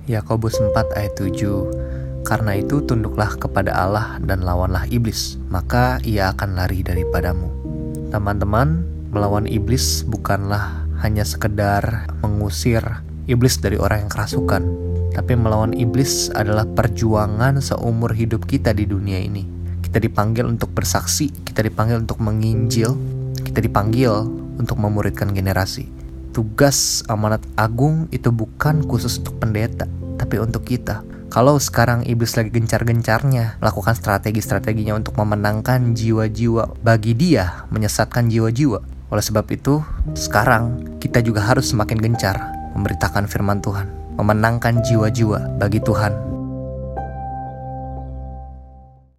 Yakobus 4 ayat 7. Karena itu tunduklah kepada Allah dan lawanlah iblis, maka ia akan lari daripadamu. Teman-teman, melawan iblis bukanlah hanya sekedar mengusir iblis dari orang yang kerasukan, tapi melawan iblis adalah perjuangan seumur hidup kita di dunia ini. Kita dipanggil untuk bersaksi, kita dipanggil untuk menginjil, kita dipanggil untuk memuridkan generasi. Tugas amanat agung itu bukan khusus untuk pendeta, tapi untuk kita. Kalau sekarang iblis lagi gencar-gencarnya melakukan strategi-strateginya untuk memenangkan jiwa-jiwa, bagi dia menyesatkan jiwa-jiwa. Oleh sebab itu, sekarang kita juga harus semakin gencar memberitakan firman Tuhan, memenangkan jiwa-jiwa bagi Tuhan